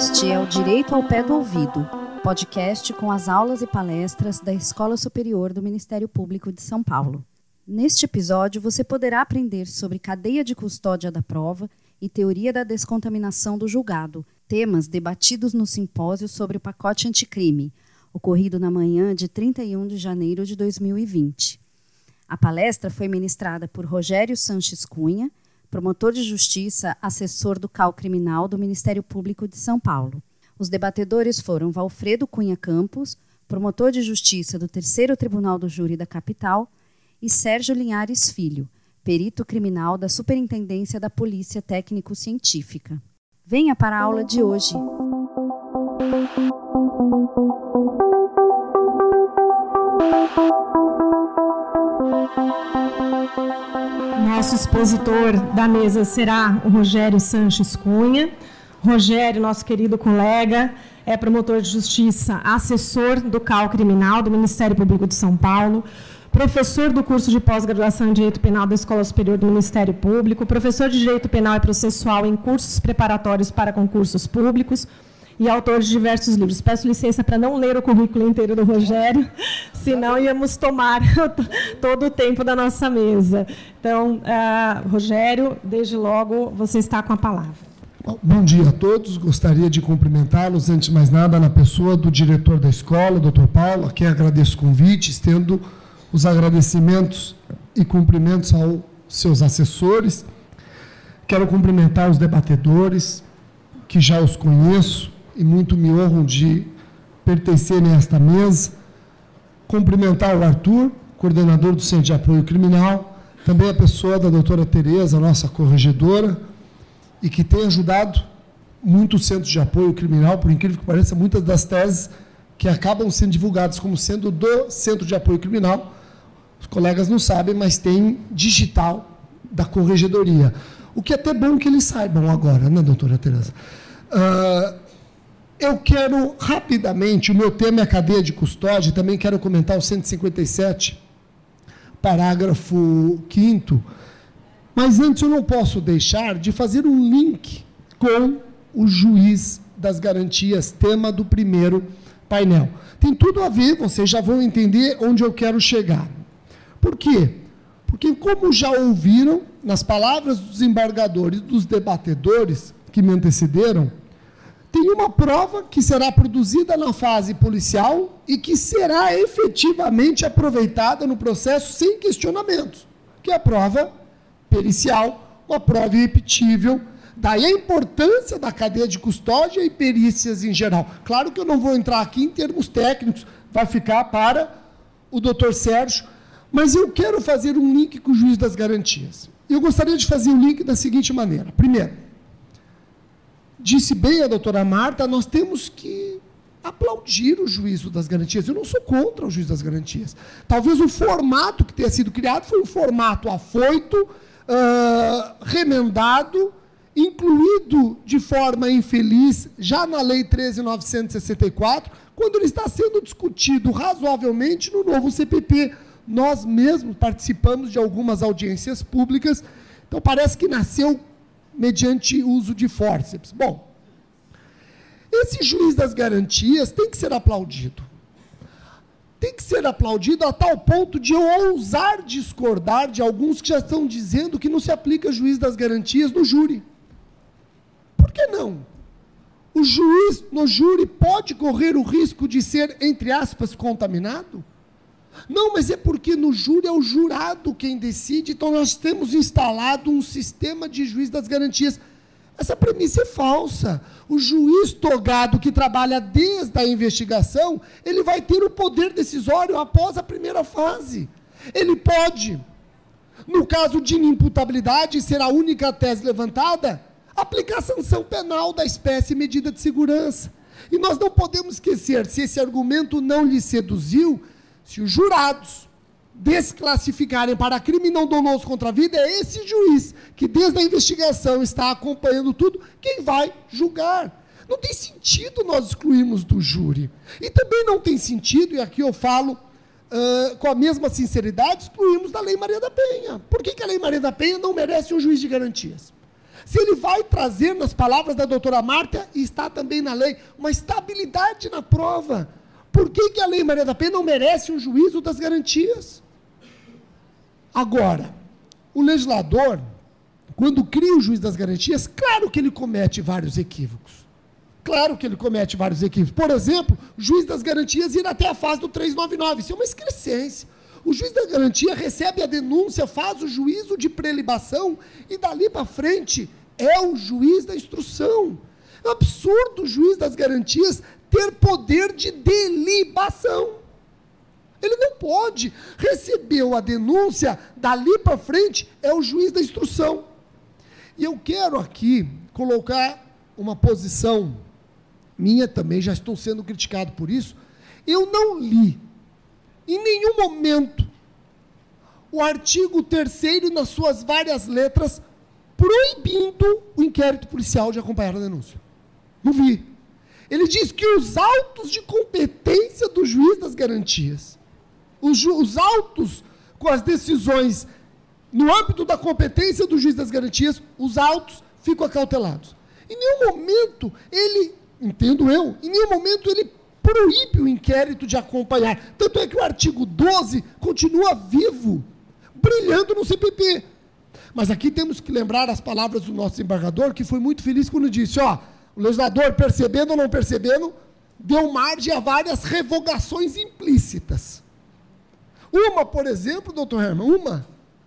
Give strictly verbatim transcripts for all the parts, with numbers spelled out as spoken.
Este é o Direito ao Pé do Ouvido, podcast com as aulas e palestras da Escola Superior do Ministério Público de São Paulo. Neste episódio, você poderá aprender sobre cadeia de custódia da prova e teoria da descontaminação do julgado, temas debatidos no simpósio sobre o pacote anticrime, ocorrido na manhã de trinta e um de janeiro de dois mil e vinte. A palestra foi ministrada por Rogério Sanches Cunha, promotor de justiça, assessor do C A U Criminal do Ministério Público de São Paulo. Os debatedores foram Valfredo Cunha Campos, promotor de justiça do Terceiro Tribunal do Júri da Capital, e Sérgio Linhares Filho, perito criminal da Superintendência da Polícia Técnico-Científica. Venha para a aula de hoje. Nosso expositor da mesa será o Rogério Sanches Cunha. Rogério, nosso querido colega, é promotor de justiça, assessor do C A U Criminal do Ministério Público de São Paulo, professor do curso de pós-graduação em Direito Penal da Escola Superior do Ministério Público, professor de Direito Penal e Processual em cursos preparatórios para concursos públicos e autor de diversos livros. Peço licença para não ler o currículo inteiro do Rogério, senão íamos tomar todo o tempo da nossa mesa. Então, uh, Rogério, desde logo, você está com a palavra. Bom dia a todos. Gostaria de cumprimentá-los, antes de mais nada, na pessoa do diretor da escola, doutor Paulo, a quem agradeço o convite, estendo os agradecimentos e cumprimentos aos seus assessores. Quero cumprimentar os debatedores, que já os conheço, e muito me honram de pertencerem a esta mesa. Cumprimentar o Arthur, coordenador do Centro de Apoio Criminal, também a pessoa da doutora Tereza, nossa corregedora, e que tem ajudado muito o Centro de Apoio Criminal, por incrível que pareça, muitas das teses que acabam sendo divulgadas como sendo do Centro de Apoio Criminal, os colegas não sabem, mas tem digital da corregedoria. O que é até bom que eles saibam agora, né, doutora Tereza? Uh, Eu quero, rapidamente, o meu tema é a cadeia de custódia, também quero comentar o cento e cinquenta e sete, parágrafo quinto, mas antes eu não posso deixar de fazer um link com o juiz das garantias, tema do primeiro painel. Tem tudo a ver, vocês já vão entender onde eu quero chegar. Por quê? Porque, como já ouviram, nas palavras dos desembargadores e dos debatedores que me antecederam, tem uma prova que será produzida na fase policial e que será efetivamente aproveitada no processo sem questionamentos, que é a prova pericial, uma prova irrepetível. Daí a importância da cadeia de custódia e perícias em geral. Claro que eu não vou entrar aqui em termos técnicos, vai ficar para o doutor Sérgio, mas eu quero fazer um link com o juiz das garantias. Eu gostaria de fazer o link da seguinte maneira. Primeiro, disse bem a doutora Marta, nós temos que aplaudir o juízo das garantias. Eu não sou contra o juízo das garantias. Talvez o formato que tenha sido criado foi um formato afoito, uh, remendado, incluído de forma infeliz já na Lei treze mil novecentos e sessenta e quatro, quando ele está sendo discutido razoavelmente no novo C P P. Nós mesmos participamos de algumas audiências públicas, então parece que nasceu mediante uso de fórceps. Bom, esse juiz das garantias tem que ser aplaudido. Tem que ser aplaudido a tal ponto de eu ousar discordar de alguns que já estão dizendo que não se aplica juiz das garantias no júri. Por que não? O juiz no júri pode correr o risco de ser, entre aspas, contaminado? Não, mas é porque no júri é o jurado quem decide, então nós temos instalado um sistema de juiz das garantias. Essa premissa é falsa. O juiz togado que trabalha desde a investigação, ele vai ter o poder decisório após a primeira fase. Ele pode, no caso de inimputabilidade, ser a única tese levantada, aplicar sanção penal da espécie medida de segurança. E nós não podemos esquecer, se esse argumento não lhe seduziu, se os jurados desclassificarem para crime não doloso contra a vida, é esse juiz que desde a investigação está acompanhando tudo, quem vai julgar. Não tem sentido nós excluirmos do júri. E também não tem sentido, e aqui eu falo uh, com a mesma sinceridade, excluirmos da Lei Maria da Penha. Por que, que a Lei Maria da Penha não merece um juiz de garantias? se ele vai trazer, nas palavras da doutora Marta, e está também na lei, uma estabilidade na prova. Por que que a Lei Maria da Penha não merece um juízo das garantias? Agora, o legislador, quando cria o juiz das garantias, claro que ele comete vários equívocos. Claro que ele comete vários equívocos. Por exemplo, o juiz das garantias ir até a fase do trezentos e noventa e nove. Isso é uma excrescência. O juiz da garantia recebe a denúncia, faz o juízo de prelibação e dali para frente é o juiz da instrução. É um absurdo o juiz das garantias ter poder de delibação. Ele não pode. Recebeu a denúncia, dali para frente é o juiz da instrução. E eu quero aqui colocar uma posição minha também, já estou sendo criticado por isso. Eu não li, em nenhum momento, o artigo terceiro, nas suas várias letras, proibindo o inquérito policial de acompanhar a denúncia. Não vi. Ele diz que os autos de competência do juiz das garantias, os, os autos com as decisões no âmbito da competência do juiz das garantias, os autos ficam acautelados. Em nenhum momento ele, entendo eu, em nenhum momento ele proíbe o inquérito de acompanhar. Tanto é que o artigo doze continua vivo, brilhando no C P P. Mas aqui temos que lembrar as palavras do nosso embargador, que foi muito feliz quando disse, ó, o legislador, percebendo ou não percebendo, deu margem a várias revogações implícitas. Uma, por exemplo, doutor Herman, uma,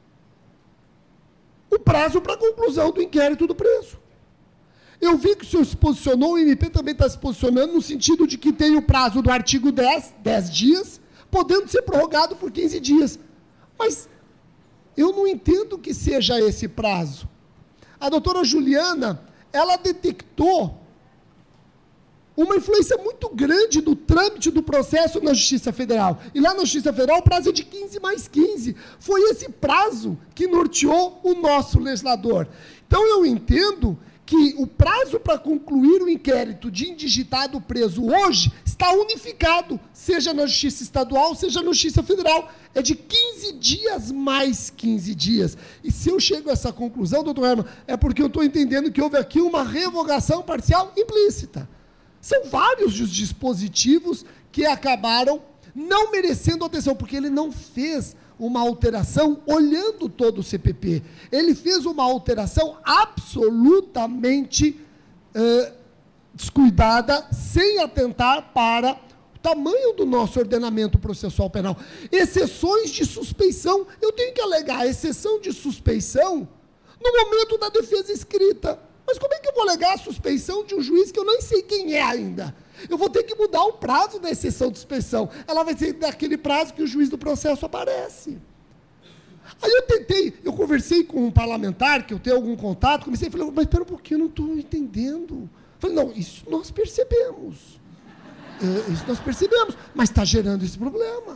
o prazo para a conclusão do inquérito do preso. Eu vi que o senhor se posicionou, o M P também está se posicionando, no sentido de que tem o prazo do artigo dez, dez dias, podendo ser prorrogado por quinze dias. Mas eu não entendo que seja esse prazo. A doutora Juliana, ela detectou uma influência muito grande do trâmite do processo na Justiça Federal. E lá na Justiça Federal o prazo é de quinze mais quinze. Foi esse prazo que norteou o nosso legislador. Então eu entendo que o prazo para concluir o inquérito de indigitado preso hoje está unificado, seja na Justiça Estadual, seja na Justiça Federal. É de quinze dias mais quinze dias. E se eu chego a essa conclusão, doutor Herman, é porque eu estou entendendo que houve aqui uma revogação parcial implícita. São vários os dispositivos que acabaram não merecendo atenção, porque ele não fez uma alteração olhando todo o C P P. Ele fez uma alteração absolutamente uh, descuidada, sem atentar para o tamanho do nosso ordenamento processual penal. Exceções de suspeição. Eu tenho que alegar a exceção de suspeição no momento da defesa escrita. Mas como é que eu vou alegar a suspeição de um juiz que eu nem sei quem é ainda? Eu vou ter que mudar o prazo da exceção de suspeição. Ela vai ser daquele prazo que o juiz do processo aparece. Aí eu tentei, eu conversei com um parlamentar, que eu tenho algum contato, comecei a falar, mas espera um pouquinho, eu não estou entendendo. Falei, não, isso nós percebemos. É, isso nós percebemos, mas está gerando esse problema.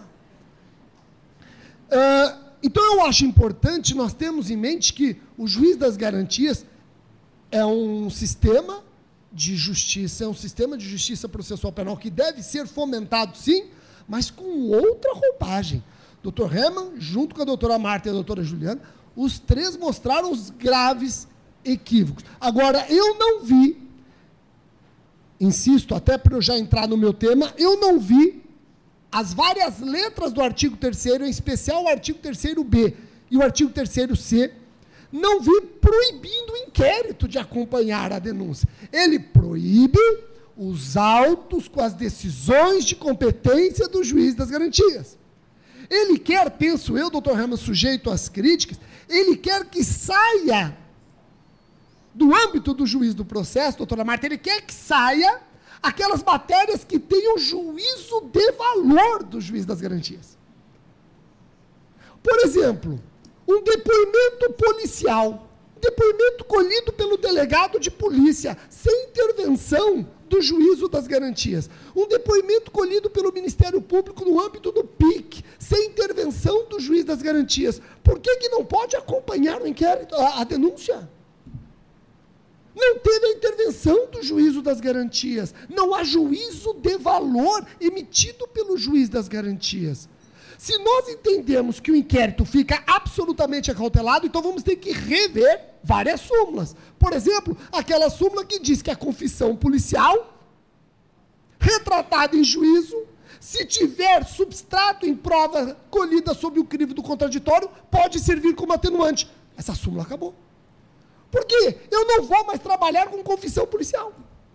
É, então eu acho importante nós termos em mente que o juiz das garantias é um sistema de justiça, é um sistema de justiça processual penal que deve ser fomentado, sim, mas com outra roupagem. doutor Herman, junto com a doutora Marta e a doutora Juliana, os três mostraram os graves equívocos. Agora, eu não vi, insisto, até para eu já entrar no meu tema, eu não vi as várias letras do artigo terceiro, em especial o artigo terceiro B e o artigo terceiro C, não vi proibindo o inquérito de acompanhar a denúncia. Ele proíbe os autos com as decisões de competência do juiz das garantias. Ele quer, penso eu, doutor Herman, sujeito às críticas, ele quer que saia do âmbito do juiz do processo, doutora Marta, ele quer que saia aquelas matérias que tenham juízo de valor do juiz das garantias. Por exemplo, um depoimento policial, depoimento colhido pelo delegado de polícia, sem intervenção do juízo das garantias. Um depoimento colhido pelo Ministério Público no âmbito do P I C, sem intervenção do juiz das garantias. Por que que não pode acompanhar o inquérito, a, a denúncia? Não teve a intervenção do juízo das garantias. Não há juízo de valor emitido pelo juiz das garantias. Se nós entendemos que o inquérito fica absolutamente acautelado, então vamos ter que rever várias súmulas. Por exemplo, aquela súmula que diz que a confissão policial, retratada em juízo, se tiver substrato em prova colhida sob o crivo do contraditório, pode servir como atenuante. Essa súmula acabou. Por quê? Eu não vou mais trabalhar com confissão policial.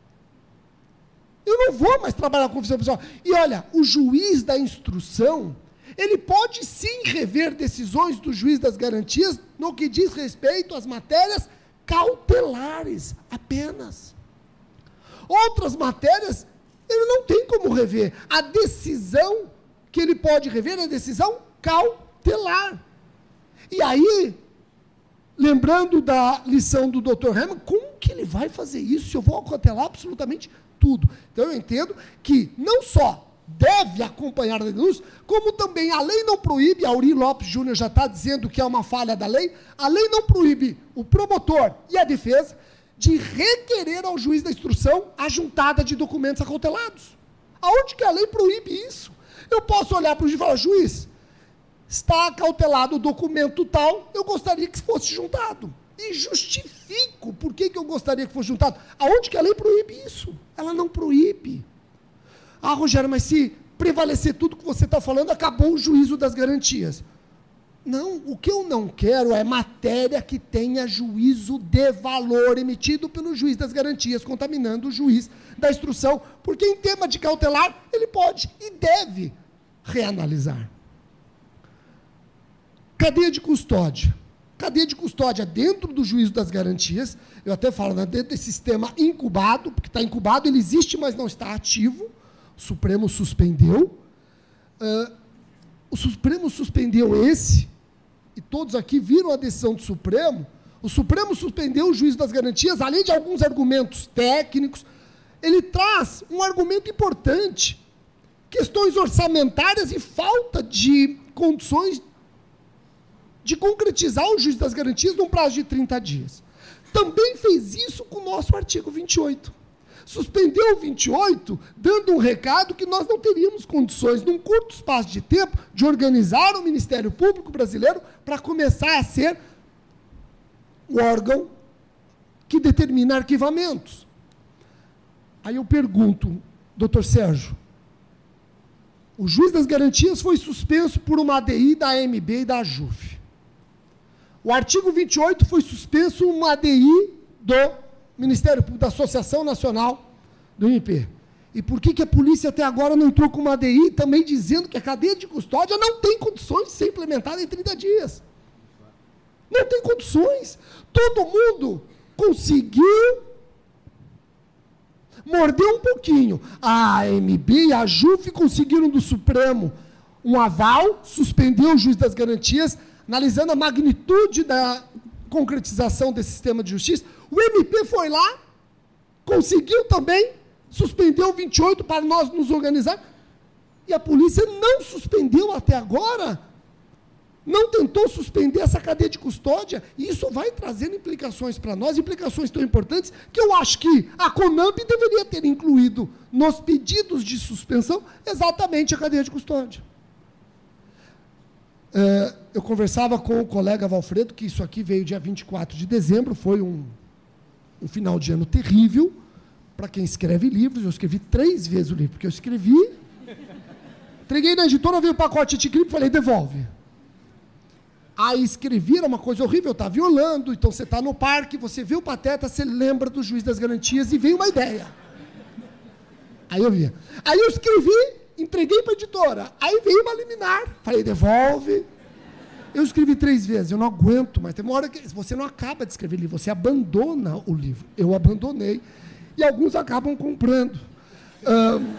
Eu não vou mais trabalhar com confissão policial. E olha, o juiz da instrução, ele pode sim rever decisões do juiz das garantias no que diz respeito às matérias cautelares apenas. Outras matérias, ele não tem como rever. A decisão que ele pode rever é a decisão cautelar. E aí, lembrando da lição do doutor Herman, como que ele vai fazer isso? Eu vou acautelar absolutamente tudo. Então, eu entendo que não só deve acompanhar a denúncia, como também a lei não proíbe, a Auri Lopes Júnior já está dizendo que é uma falha da lei, a lei não proíbe o promotor e a defesa de requerer ao juiz da instrução a juntada de documentos acautelados. Aonde que a lei proíbe isso? Eu posso olhar para o juiz e falar, juiz, está acautelado o documento tal, eu gostaria que fosse juntado. E justifico por que, que eu gostaria que fosse juntado. Aonde que a lei proíbe isso? Ela não proíbe. Ah, Rogério, mas se prevalecer tudo que você está falando, acabou o juízo das garantias. Não, o que eu não quero é matéria que tenha juízo de valor emitido pelo juiz das garantias, contaminando o juiz da instrução, porque em tema de cautelar, ele pode e deve reanalisar. Cadeia de custódia. Cadeia de custódia dentro do juízo das garantias, eu até falo, né, dentro desse sistema incubado, porque está incubado, ele existe, mas não está ativo. O Supremo suspendeu. Uh, o Supremo suspendeu esse, e todos aqui viram a decisão do Supremo. O Supremo suspendeu o juízo das garantias, além de alguns argumentos técnicos, ele traz um argumento importante, questões orçamentárias e falta de condições de concretizar o juízo das garantias num prazo de trinta dias. Também fez isso com o nosso artigo vinte e oito. Suspendeu o vinte e oito, dando um recado que nós não teríamos condições, num curto espaço de tempo, de organizar o Ministério Público Brasileiro para começar a ser o órgão que determina arquivamentos. Aí eu pergunto, doutor Sérgio, o juiz das garantias foi suspenso por uma A D I da A M B e da AJUF. O artigo vinte e oito foi suspenso uma A D I do Ministério Público, da Associação Nacional do I M P. E por que, que a polícia até agora não entrou com uma A D I também dizendo que a cadeia de custódia não tem condições de ser implementada em trinta dias? Não tem condições. Todo mundo conseguiu morder um pouquinho. A A M B e a AJUF conseguiram do Supremo um aval, suspendeu o juiz das garantias, analisando a magnitude da concretização desse sistema de justiça. O M P foi lá, conseguiu também, suspendeu o vinte e oito para nós nos organizar, e a polícia não suspendeu até agora, não tentou suspender essa cadeia de custódia, e isso vai trazendo implicações para nós, implicações tão importantes, que eu acho que a CONAMP deveria ter incluído nos pedidos de suspensão exatamente a cadeia de custódia. É, eu conversava com o colega Valfredo, que isso aqui veio dia vinte e quatro de dezembro, foi um, um final de ano terrível para quem escreve livros. Eu escrevi três vezes o livro, porque eu escrevi, entreguei na editora, veio o pacote de crime e falei, devolve. Aí escrevi, era uma coisa horrível, eu estava violando, então você está no parque, você vê o Pateta, você lembra do juiz das garantias e vem uma ideia. Aí eu via. Aí eu escrevi, entreguei para a editora, aí veio uma liminar, falei, devolve. Eu escrevi três vezes, eu não aguento, mas tem uma hora que você não acaba de escrever livro, você abandona o livro. Eu abandonei, e alguns acabam comprando. Um,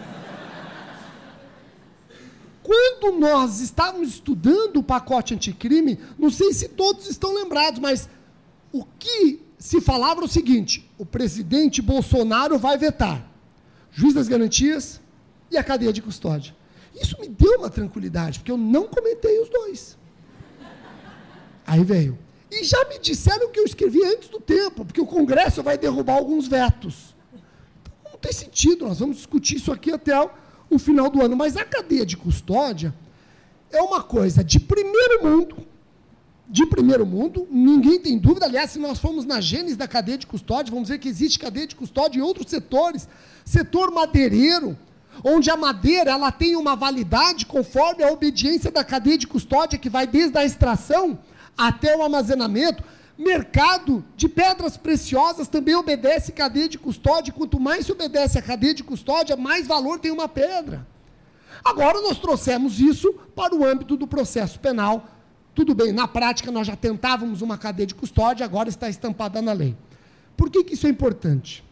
quando nós estávamos estudando o pacote anticrime, não sei se todos estão lembrados, mas o que se falava era o seguinte, o presidente Bolsonaro vai vetar juiz das garantias e a cadeia de custódia. Isso me deu uma tranquilidade, porque eu não comentei os dois. Aí veio. E já me disseram que eu escrevi antes do tempo, porque o Congresso vai derrubar alguns vetos. Então, não tem sentido, nós vamos discutir isso aqui até o, o final do ano. Mas a cadeia de custódia, é uma coisa de primeiro mundo, de primeiro mundo, ninguém tem dúvida. Aliás, se nós formos na gênese da cadeia de custódia, vamos ver que existe cadeia de custódia em outros setores, setor madeireiro, onde a madeira ela tem uma validade conforme a obediência da cadeia de custódia, que vai desde a extração até o armazenamento. Mercado de pedras preciosas também obedece cadeia de custódia. Quanto mais se obedece a cadeia de custódia, mais valor tem uma pedra. Agora nós trouxemos isso para o âmbito do processo penal. Tudo bem, na prática nós já tentávamos uma cadeia de custódia, agora está estampada na lei. Por que que isso é importante?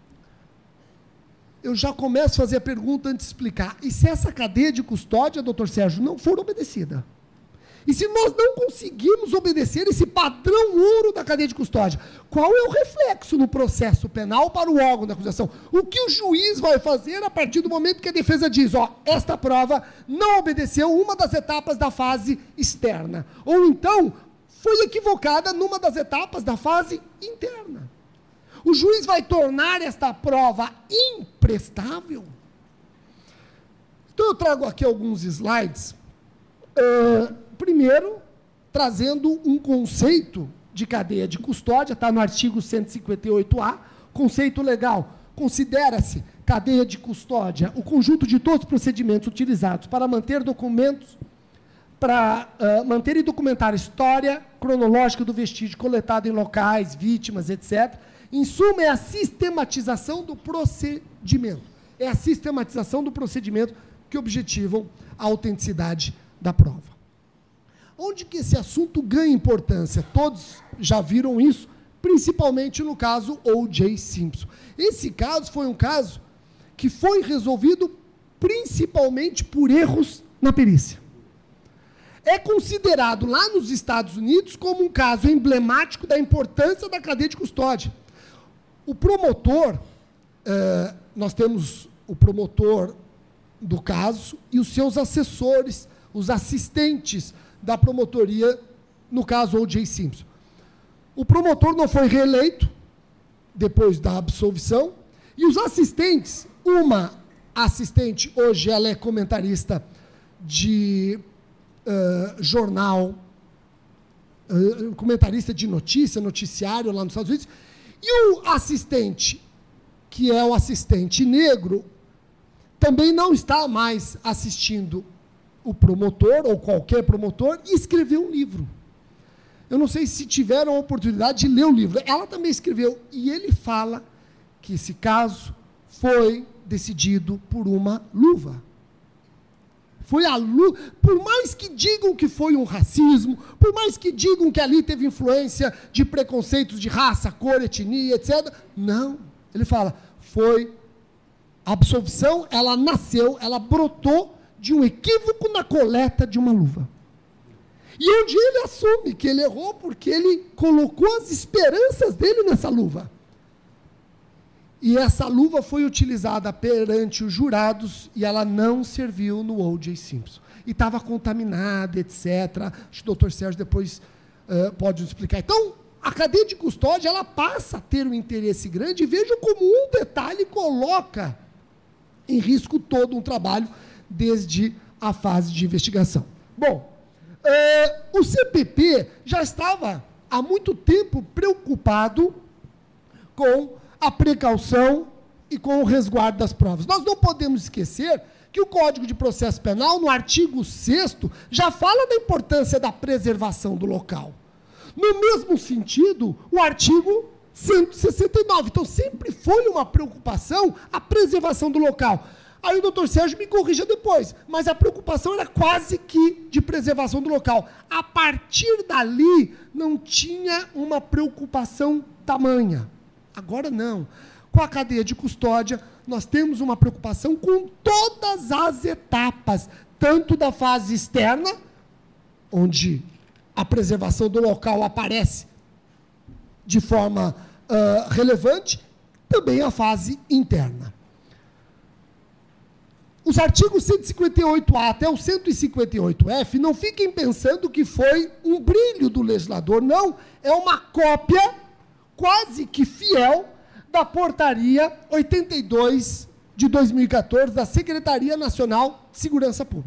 Eu já começo a fazer a pergunta antes de explicar. E se essa cadeia de custódia, doutor Sérgio, não for obedecida? E se nós não conseguirmos obedecer esse padrão ouro da cadeia de custódia, qual é o reflexo no processo penal para o órgão da acusação? O que o juiz vai fazer a partir do momento que a defesa diz, ó, esta prova não obedeceu uma das etapas da fase externa, ou então foi equivocada numa das etapas da fase interna? O juiz vai tornar esta prova imprestável? Então eu trago aqui alguns slides. Uh, primeiro, trazendo um conceito de cadeia de custódia, está no artigo cento e cinquenta e oito A, conceito legal. Considera-se cadeia de custódia o conjunto de todos os procedimentos utilizados para manter documentos, para uh, manter e documentar a história cronológica do vestígio coletado em locais, vítimas, etcétera. Em suma, é a sistematização do procedimento. É a sistematização do procedimento que objetivam a autenticidade da prova. Onde que esse assunto ganha importância? Todos já viram isso, principalmente no caso O J Simpson. Esse caso foi um caso que foi resolvido principalmente por erros na perícia. É considerado lá nos Estados Unidos como um caso emblemático da importância da cadeia de custódia. O promotor, eh, nós temos o promotor do caso e os seus assessores, os assistentes da promotoria, no caso O J Simpson. O promotor não foi reeleito depois da absolvição, e os assistentes, uma assistente, hoje ela é comentarista de uh, jornal, uh, comentarista de notícia, noticiário lá nos Estados Unidos, e o assistente, que é o assistente negro, também não está mais assistindo o promotor, ou qualquer promotor, e escreveu um livro. Eu não sei se tiveram a oportunidade de ler o livro. Ela também escreveu, e ele fala que esse caso foi decidido por uma luva. Foi a luva. Por mais que digam que foi um racismo, por mais que digam que ali teve influência de preconceitos de raça, cor, etnia, etcétera, não. Ele fala, foi a absolvição, ela nasceu, ela brotou de um equívoco na coleta de uma luva. E onde ele assume que ele errou porque ele colocou as esperanças dele nessa luva. E essa luva foi utilizada perante os jurados e ela não serviu no O J Simpson. E estava contaminada, etcétera. Acho que o doutor Sérgio depois uh, pode nos explicar. Então, a cadeia de custódia, ela passa a ter um interesse grande, e veja como um detalhe coloca em risco todo um trabalho desde a fase de investigação. Bom, é, o C P P já estava há muito tempo preocupado com a precaução e com o resguardo das provas. Nós não podemos esquecer que o Código de Processo Penal, no artigo sexto, já fala da importância da preservação do local. No mesmo sentido, o artigo cento e sessenta e nove. Então, sempre foi uma preocupação a preservação do local. Aí o doutor Sérgio me corrija depois, mas a preocupação era quase que de preservação do local. A partir dali, não tinha uma preocupação tamanha. Agora não. Com a cadeia de custódia, nós temos uma preocupação com todas as etapas, tanto da fase externa, onde a preservação do local aparece de forma uh, relevante, também a fase interna. Os artigos cento e cinquenta e oito A até o cento e cinquenta e oito F, não fiquem pensando que foi um brilho do legislador, não, é uma cópia quase que fiel da portaria oitenta e dois de dois mil e quatorze da Secretaria Nacional de Segurança Pública.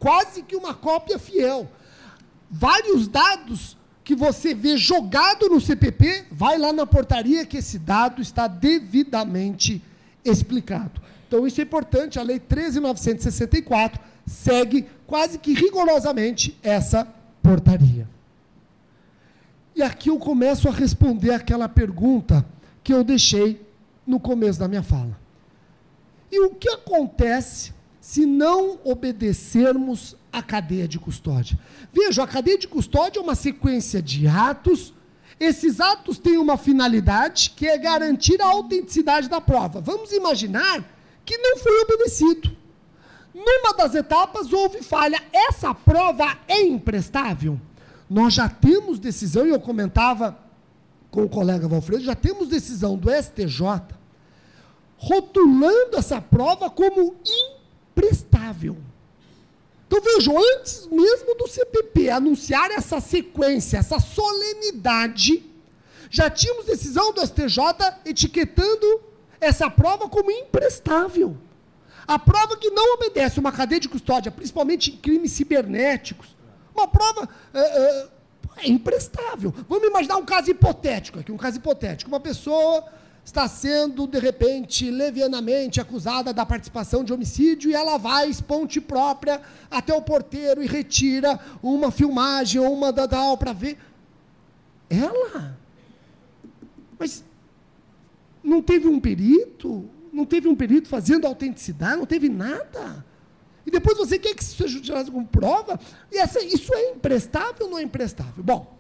quase que uma cópia fiel. Vários dados que você vê jogado no C P P, vai lá na portaria que esse dado está devidamente explicado. Então, isso é importante. A Lei treze mil novecentos e sessenta e quatro segue quase que rigorosamente essa portaria. E aqui eu começo a responder aquela pergunta que eu deixei no começo da minha fala. E o que acontece se não obedecermos à cadeia de custódia? Veja, a cadeia de custódia é uma sequência de atos. Esses atos têm uma finalidade, que é garantir a autenticidade da prova. Vamos imaginar que não foi obedecido. Numa das etapas houve falha. Essa prova é imprestável? Nós já temos decisão, e eu comentava com o colega Valfredo, já temos decisão do S T J rotulando essa prova como imprestável. Então, vejam, antes mesmo do C P P anunciar essa sequência, essa solenidade, já tínhamos decisão do S T J etiquetando essa prova como imprestável. A prova que não obedece uma cadeia de custódia, principalmente em crimes cibernéticos, uma prova é, é, é imprestável. Vamos imaginar um caso hipotético aqui, um caso hipotético. Uma pessoa está sendo, de repente, levianamente acusada da participação de homicídio e ela vai, esponte própria, até o porteiro e retira uma filmagem ou uma dadal para ver. Ela? Mas não teve um perito? Não teve um perito fazendo autenticidade? Não teve nada? E depois você quer que isso seja utilizado como prova? E essa, isso é imprestável ou não é imprestável? Bom,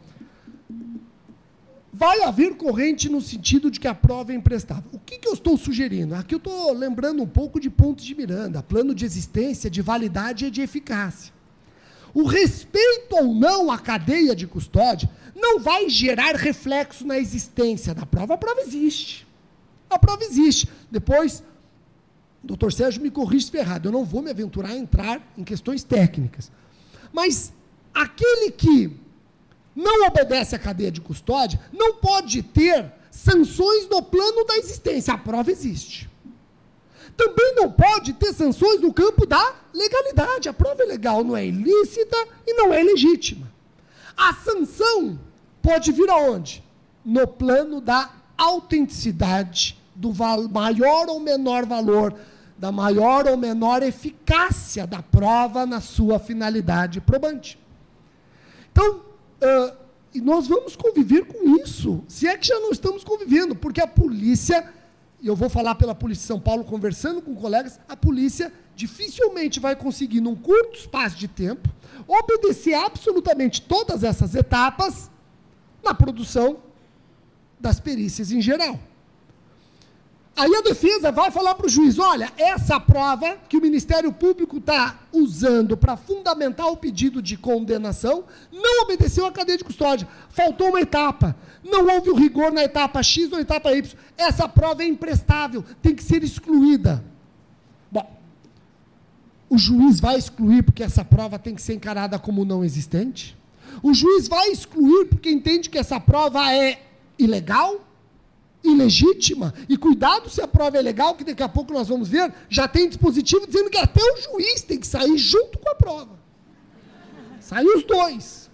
vai haver corrente no sentido de que a prova é imprestável. O que, que eu estou sugerindo? Aqui eu estou lembrando um pouco de Pontes de Miranda, plano de existência, de validade e de eficácia. O respeito ou não à cadeia de custódia não vai gerar reflexo na existência da prova. A prova existe. A prova existe. Depois, o doutor Sérgio me corrige se errado. Eu não vou me aventurar a entrar em questões técnicas. Mas aquele que não obedece à cadeia de custódia não pode ter sanções no plano da existência. A prova existe. Também não pode ter sanções no campo da legalidade. A prova é legal, não é ilícita e não é legítima. A sanção pode vir aonde? No plano da autenticidade, do maior ou menor valor, da maior ou menor eficácia da prova na sua finalidade probante. Então, uh, e nós vamos conviver com isso, se é que já não estamos convivendo, porque a polícia, e eu vou falar pela Polícia de São Paulo, conversando com colegas, a polícia dificilmente vai conseguir, num curto espaço de tempo, obedecer absolutamente todas essas etapas na produção das perícias em geral. Aí a defesa vai falar para o juiz, olha, essa prova que o Ministério Público está usando para fundamentar o pedido de condenação não obedeceu à cadeia de custódia, faltou uma etapa, não houve o rigor na etapa X ou na etapa Y, essa prova é imprestável, tem que ser excluída. Bom, o juiz vai excluir porque essa prova tem que ser encarada como não existente? O juiz vai excluir porque entende que essa prova é ilegal? Ilegítima, e cuidado se a prova é legal, que daqui a pouco nós vamos ver, já tem dispositivo dizendo que até o juiz tem que sair junto com a prova. Saem os dois.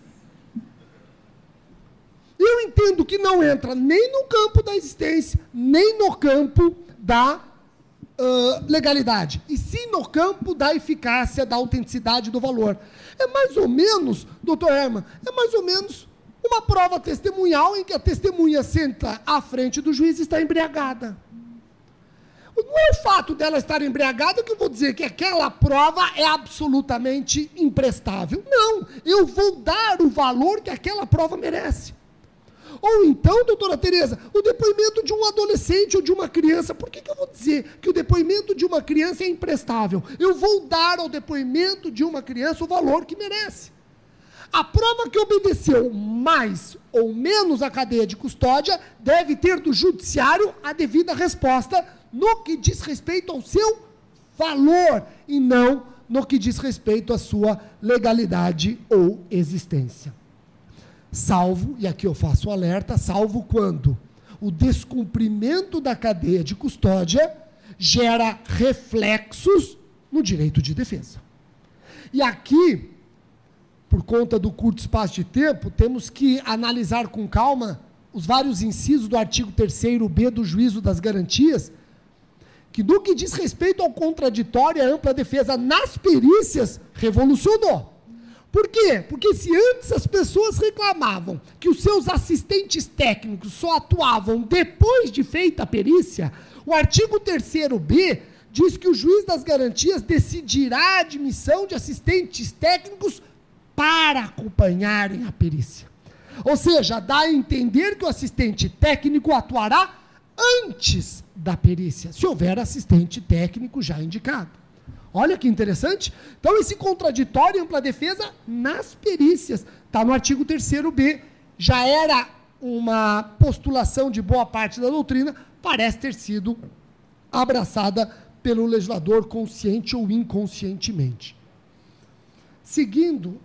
Eu entendo que não entra nem no campo da existência, nem no campo da uh, legalidade, e sim no campo da eficácia, da autenticidade do valor. É mais ou menos, doutor Herman, é mais ou menos uma prova testemunhal em que a testemunha senta à frente do juiz e está embriagada. Não é o fato dela estar embriagada que eu vou dizer que aquela prova é absolutamente imprestável. Não, eu vou dar o valor que aquela prova merece. Ou então, doutora Tereza, o depoimento de um adolescente ou de uma criança, por que, que eu vou dizer que o depoimento de uma criança é imprestável? Eu vou dar ao depoimento de uma criança o valor que merece. A prova que obedeceu mais ou menos à cadeia de custódia deve ter do judiciário a devida resposta no que diz respeito ao seu valor e não no que diz respeito à sua legalidade ou existência. Salvo, e aqui eu faço o alerta, salvo quando o descumprimento da cadeia de custódia gera reflexos no direito de defesa. E aqui, por conta do curto espaço de tempo, temos que analisar com calma os vários incisos do artigo terceiro B do juízo das garantias, que no que diz respeito ao contraditório e à ampla defesa nas perícias, revolucionou. Por quê? Porque se antes as pessoas reclamavam que os seus assistentes técnicos só atuavam depois de feita a perícia, o artigo terceiro B diz que o juiz das garantias decidirá a admissão de assistentes técnicos para acompanharem a perícia. Ou seja, dá a entender que o assistente técnico atuará antes da perícia, se houver assistente técnico já indicado. Olha que interessante. Então, esse contraditório e ampla defesa nas perícias está no artigo terceiro B. Já era uma postulação de boa parte da doutrina, parece ter sido abraçada pelo legislador consciente ou inconscientemente. Seguindo,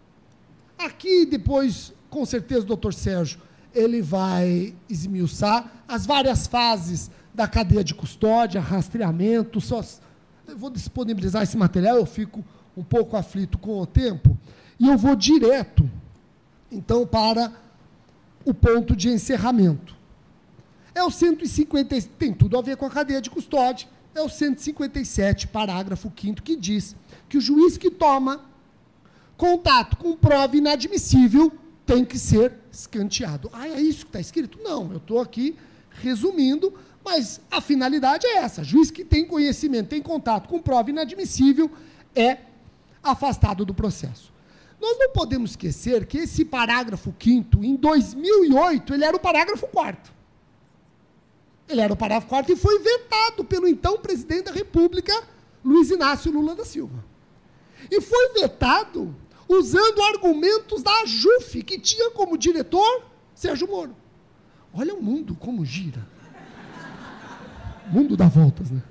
aqui depois, com certeza, o doutor Sérgio, ele vai esmiuçar as várias fases da cadeia de custódia, rastreamento, só... Eu vou disponibilizar esse material, eu fico um pouco aflito com o tempo, e eu vou direto, então, para o ponto de encerramento. É o cento e cinquenta, tem tudo a ver com a cadeia de custódia, é o cento e cinquenta e sete, parágrafo quinto, que diz que o juiz que toma contato com prova inadmissível tem que ser escanteado. Ah, é isso que está escrito? Não, eu estou aqui resumindo, mas a finalidade é essa. Juiz que tem conhecimento, tem contato com prova inadmissível, é afastado do processo. Nós não podemos esquecer que esse parágrafo quinto, em dois mil e oito, ele era o parágrafo quarto. Ele era o parágrafo quarto e foi vetado pelo então presidente da República, Luiz Inácio Lula da Silva. E foi vetado usando argumentos da AJUF, que tinha como diretor Sérgio Moro. Olha o mundo como gira. Mundo dá voltas, né?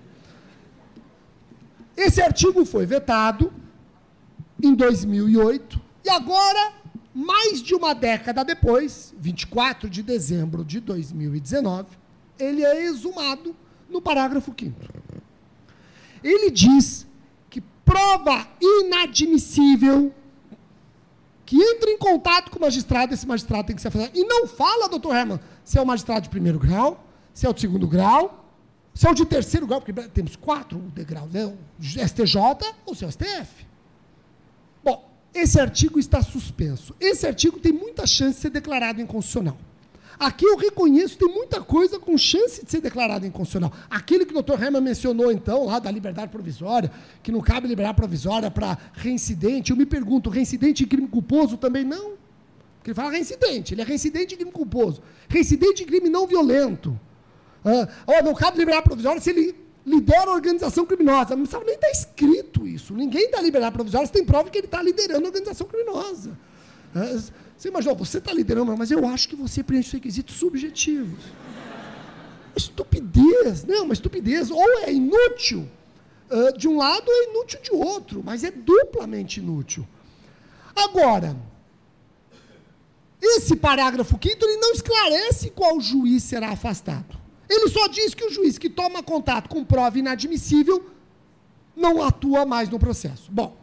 Esse artigo foi vetado em dois mil e oito, e agora, mais de uma década depois, vinte e quatro de dezembro de dois mil e dezenove, ele é exumado no parágrafo quinto. Ele diz que prova inadmissível que entra em contato com o magistrado, esse magistrado tem que ser afastado. E não fala, doutor Herman, se é o magistrado de primeiro grau, se é o de segundo grau, se é o de terceiro grau, porque temos quatro degraus, né? O S T J ou o seu S T F. Bom, esse artigo está suspenso. Esse artigo tem muita chance de ser declarado inconstitucional. Aqui eu reconheço que tem muita coisa com chance de ser declarado inconstitucional. Aquele que o doutor Herman mencionou, então, lá da liberdade provisória, que não cabe liberdade provisória para reincidente, eu me pergunto, reincidente em crime culposo também não? Porque ele fala reincidente, ele é reincidente em crime culposo. Reincidente em crime não violento. Ah, oh, não cabe liberdade provisória se ele lidera a organização criminosa. Não sabe nem estar escrito isso. Ninguém dá liberdade provisória se tem prova que ele está liderando a organização criminosa. Ah, você imagina, você está liderando, mas eu acho que você preenche os requisitos subjetivos. Estupidez, não, uma estupidez. Ou é inútil uh, de um lado ou é inútil de outro, mas é duplamente inútil. Agora, esse parágrafo quinto, ele não esclarece qual juiz será afastado. Ele só diz que o juiz que toma contato com prova inadmissível não atua mais no processo. Bom,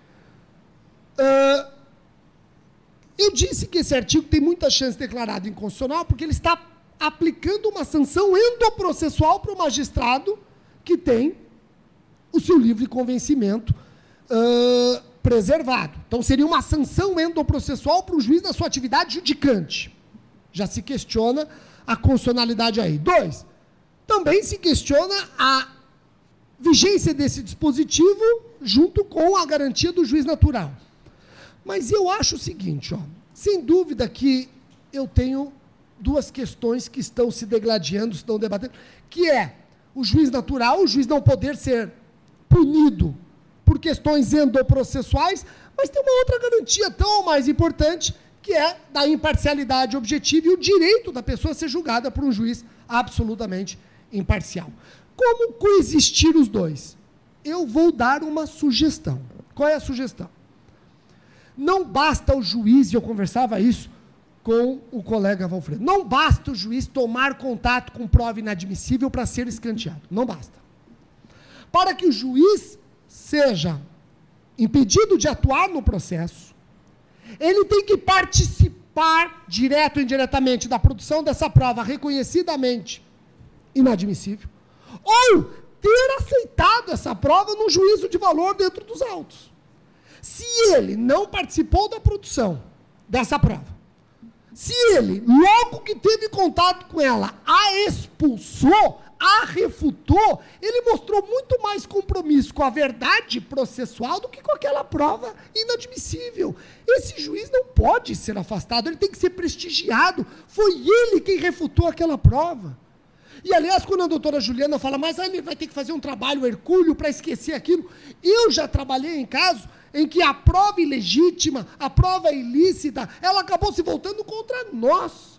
uh, eu disse que esse artigo tem muita chance de ser declarado inconstitucional porque ele está aplicando uma sanção endoprocessual para o magistrado que tem o seu livre convencimento uh, preservado. Então, seria uma sanção endoprocessual para o juiz na sua atividade judicante. Já se questiona a constitucionalidade aí. Dois, também se questiona a vigência desse dispositivo junto com a garantia do juiz natural. Mas eu acho o seguinte, ó, sem dúvida que eu tenho duas questões que estão se degladiando, estão debatendo, que é o juiz natural, o juiz não poder ser punido por questões endoprocessuais, mas tem uma outra garantia tão mais importante, que é da imparcialidade objetiva e o direito da pessoa ser julgada por um juiz absolutamente imparcial. Como coexistir os dois? Eu vou dar uma sugestão. Qual é a sugestão? Não basta o juiz, e eu conversava isso com o colega Valfredo, não basta o juiz tomar contato com prova inadmissível para ser escanteado. Não basta. Para que o juiz seja impedido de atuar no processo, ele tem que participar, direto ou indiretamente, da produção dessa prova reconhecidamente inadmissível, ou ter aceitado essa prova no juízo de valor dentro dos autos. Se ele não participou da produção dessa prova, se ele, logo que teve contato com ela, a expulsou, a refutou, ele mostrou muito mais compromisso com a verdade processual do que com aquela prova inadmissível. Esse juiz não pode ser afastado, ele tem que ser prestigiado. Foi ele quem refutou aquela prova. E, aliás, quando a doutora Juliana fala, mas ele vai ter que fazer um trabalho hercúleo para esquecer aquilo, eu já trabalhei em casos em que a prova ilegítima, a prova ilícita, ela acabou se voltando contra nós.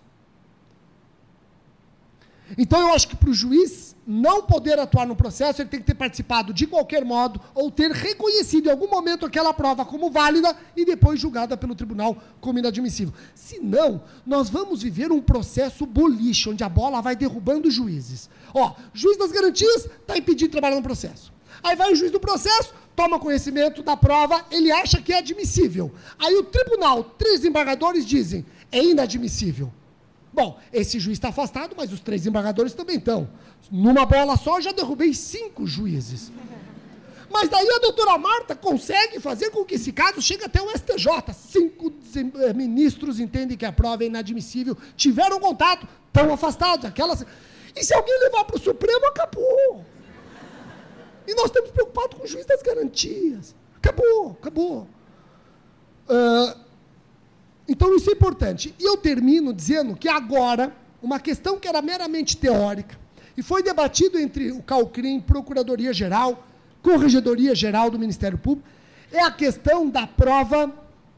Então, eu acho que para o juiz não poder atuar no processo, ele tem que ter participado de qualquer modo, ou ter reconhecido em algum momento aquela prova como válida e depois julgada pelo tribunal como inadmissível. Senão, nós vamos viver um processo boliche, onde a bola vai derrubando os juízes. Ó, juiz das garantias está impedido de trabalhar no processo. Aí vai o juiz do processo, toma conhecimento da prova, ele acha que é admissível. Aí o tribunal, três embargadores dizem, é inadmissível. Bom, esse juiz está afastado, mas os três embargadores também estão. Numa bola só, eu já derrubei cinco juízes. Mas daí a doutora Marta consegue fazer com que esse caso chegue até o S T J. Cinco ministros entendem que a prova é inadmissível, tiveram contato, estão afastados. Aquelas... E se alguém levar para o Supremo, acabou. E nós estamos preocupados com o juiz das garantias. Acabou, acabou. Uh, então, isso é importante. E eu termino dizendo que agora, uma questão que era meramente teórica, e foi debatido entre o CALCRIM, Procuradoria-Geral, Corregedoria-Geral do Ministério Público, é a questão da prova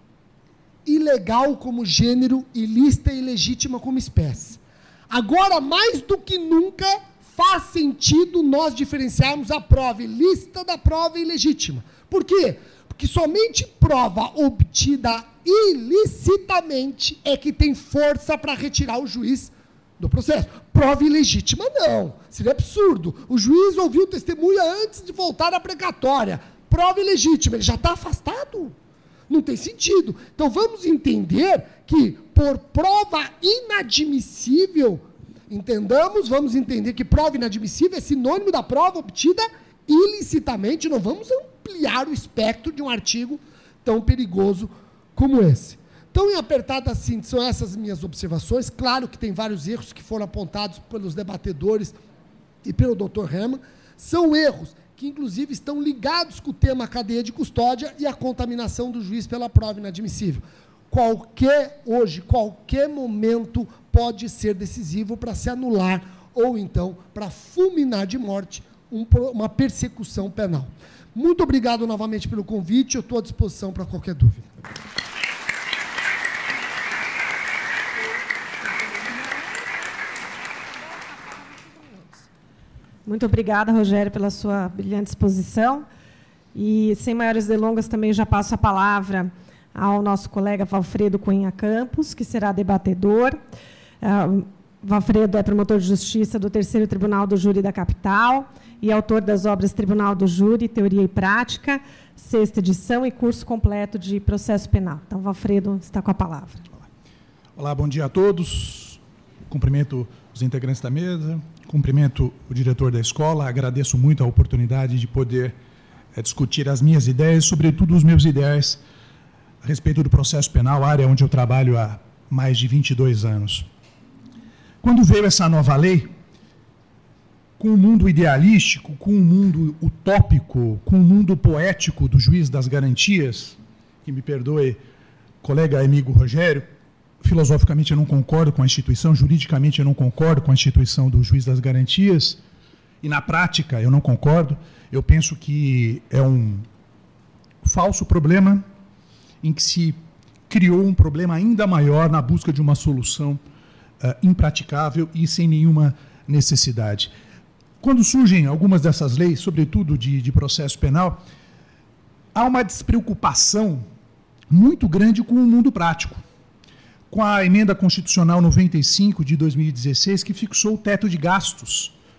ilegal como gênero, ilícita e ilegítima como espécie. Agora, mais do que nunca, faz sentido nós diferenciarmos a prova ilícita da prova ilegítima. Por quê? Porque somente prova obtida ilicitamente é que tem força para retirar o juiz do processo. Prova ilegítima, não. Seria absurdo. O juiz ouviu testemunha antes de voltar à precatória. Prova ilegítima, ele já está afastado. Não tem sentido. Então, vamos entender que, por prova inadmissível, entendamos, vamos entender que prova inadmissível é sinônimo da prova obtida ilicitamente. Não vamos ampliar o espectro de um artigo tão perigoso como esse. Então, em apertada síntese, são essas minhas observações. Claro que tem vários erros que foram apontados pelos debatedores e pelo doutor Hermann. São erros que, inclusive, estão ligados com o tema cadeia de custódia e a contaminação do juiz pela prova inadmissível. Qualquer, hoje, qualquer momento pode ser decisivo para se anular ou, então, para fulminar de morte um, uma persecução penal. Muito obrigado novamente pelo convite. Eu estou à disposição para qualquer dúvida. Muito obrigada, Rogério, pela sua brilhante exposição. E, sem maiores delongas, também já passo a palavra ao nosso colega Valfredo Cunha Campos, que será debatedor. Uh, Valfredo é promotor de justiça do terceiro Tribunal do Júri da Capital e autor das obras Tribunal do Júri, Teoria e Prática, sexta edição e curso completo de processo penal. Então, Valfredo está com a palavra. Olá, bom dia a todos. Cumprimento os integrantes da mesa, cumprimento o diretor da escola, agradeço muito a oportunidade de poder é, discutir as minhas ideias, sobretudo os meus ideais a respeito do processo penal, área onde eu trabalho há mais de vinte e dois anos. Quando veio essa nova lei, com o mundo idealístico, com o mundo utópico, com o mundo poético do juiz das garantias, que me perdoe, colega amigo Rogério, filosoficamente eu não concordo com a instituição, juridicamente eu não concordo com a instituição do juiz das garantias, e na prática eu não concordo. Eu penso que é um falso problema em que se criou um problema ainda maior na busca de uma solução uh, impraticável e sem nenhuma necessidade. Quando surgem algumas dessas leis, sobretudo de, de processo penal, há uma despreocupação muito grande com o mundo prático. Com a emenda constitucional noventa e cinco de dois mil e dezesseis, que fixou o teto de gastos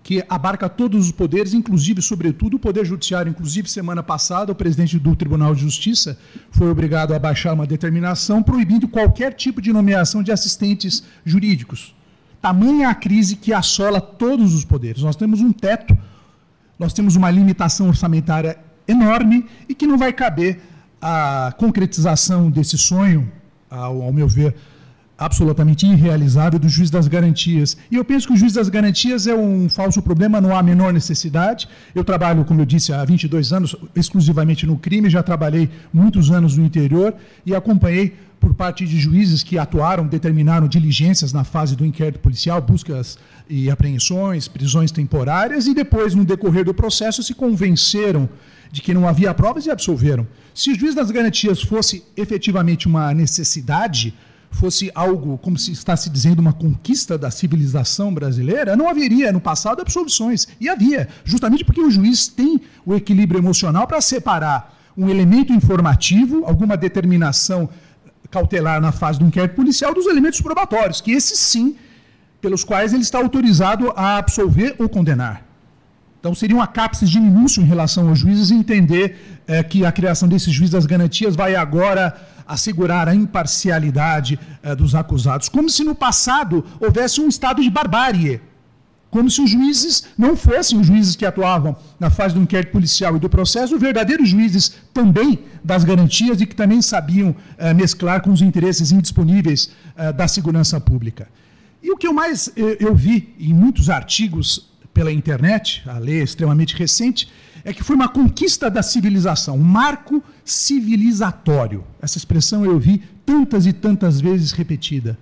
que abarca todos os poderes, inclusive, sobretudo, o Poder Judiciário. Inclusive, semana passada, o presidente do Tribunal de Justiça foi obrigado a baixar uma determinação proibindo qualquer tipo de nomeação de assistentes jurídicos. Tamanha a crise que assola todos os poderes. Nós temos um teto, nós temos uma limitação orçamentária enorme e que não vai caber a concretização desse sonho, ao, ao meu ver, absolutamente irrealizável, do juiz das garantias. E eu penso que o juiz das garantias é um falso problema, não há a menor necessidade. Eu trabalho, como eu disse, há vinte e dois anos, exclusivamente no crime, já trabalhei muitos anos no interior e acompanhei por parte de juízes que atuaram, determinaram diligências na fase do inquérito policial, buscas e apreensões, prisões temporárias, e depois, no decorrer do processo, se convenceram de que não havia provas e absolveram. Se o juiz das garantias fosse efetivamente uma necessidade, fosse algo, como se está se dizendo, uma conquista da civilização brasileira, não haveria no passado absolvições. E havia, justamente porque o juiz tem o equilíbrio emocional para separar um elemento informativo, alguma determinação cautelar na fase do inquérito policial, dos elementos probatórios, que esses sim, pelos quais ele está autorizado a absolver ou condenar. Então seria uma cápsis de minúcio em relação aos juízes entender é, que a criação desses juízes das garantias vai agora assegurar a imparcialidade eh, dos acusados, como se no passado houvesse um estado de barbárie, como se os juízes não fossem os juízes que atuavam na fase do inquérito policial e do processo, os verdadeiros juízes também das garantias e que também sabiam eh, mesclar com os interesses indisponíveis eh, da segurança pública. E o que eu mais eh, eu vi em muitos artigos pela internet, a lei é extremamente recente, é que foi uma conquista da civilização, um marco civilizatório. Essa expressão eu vi tantas e tantas vezes repetida.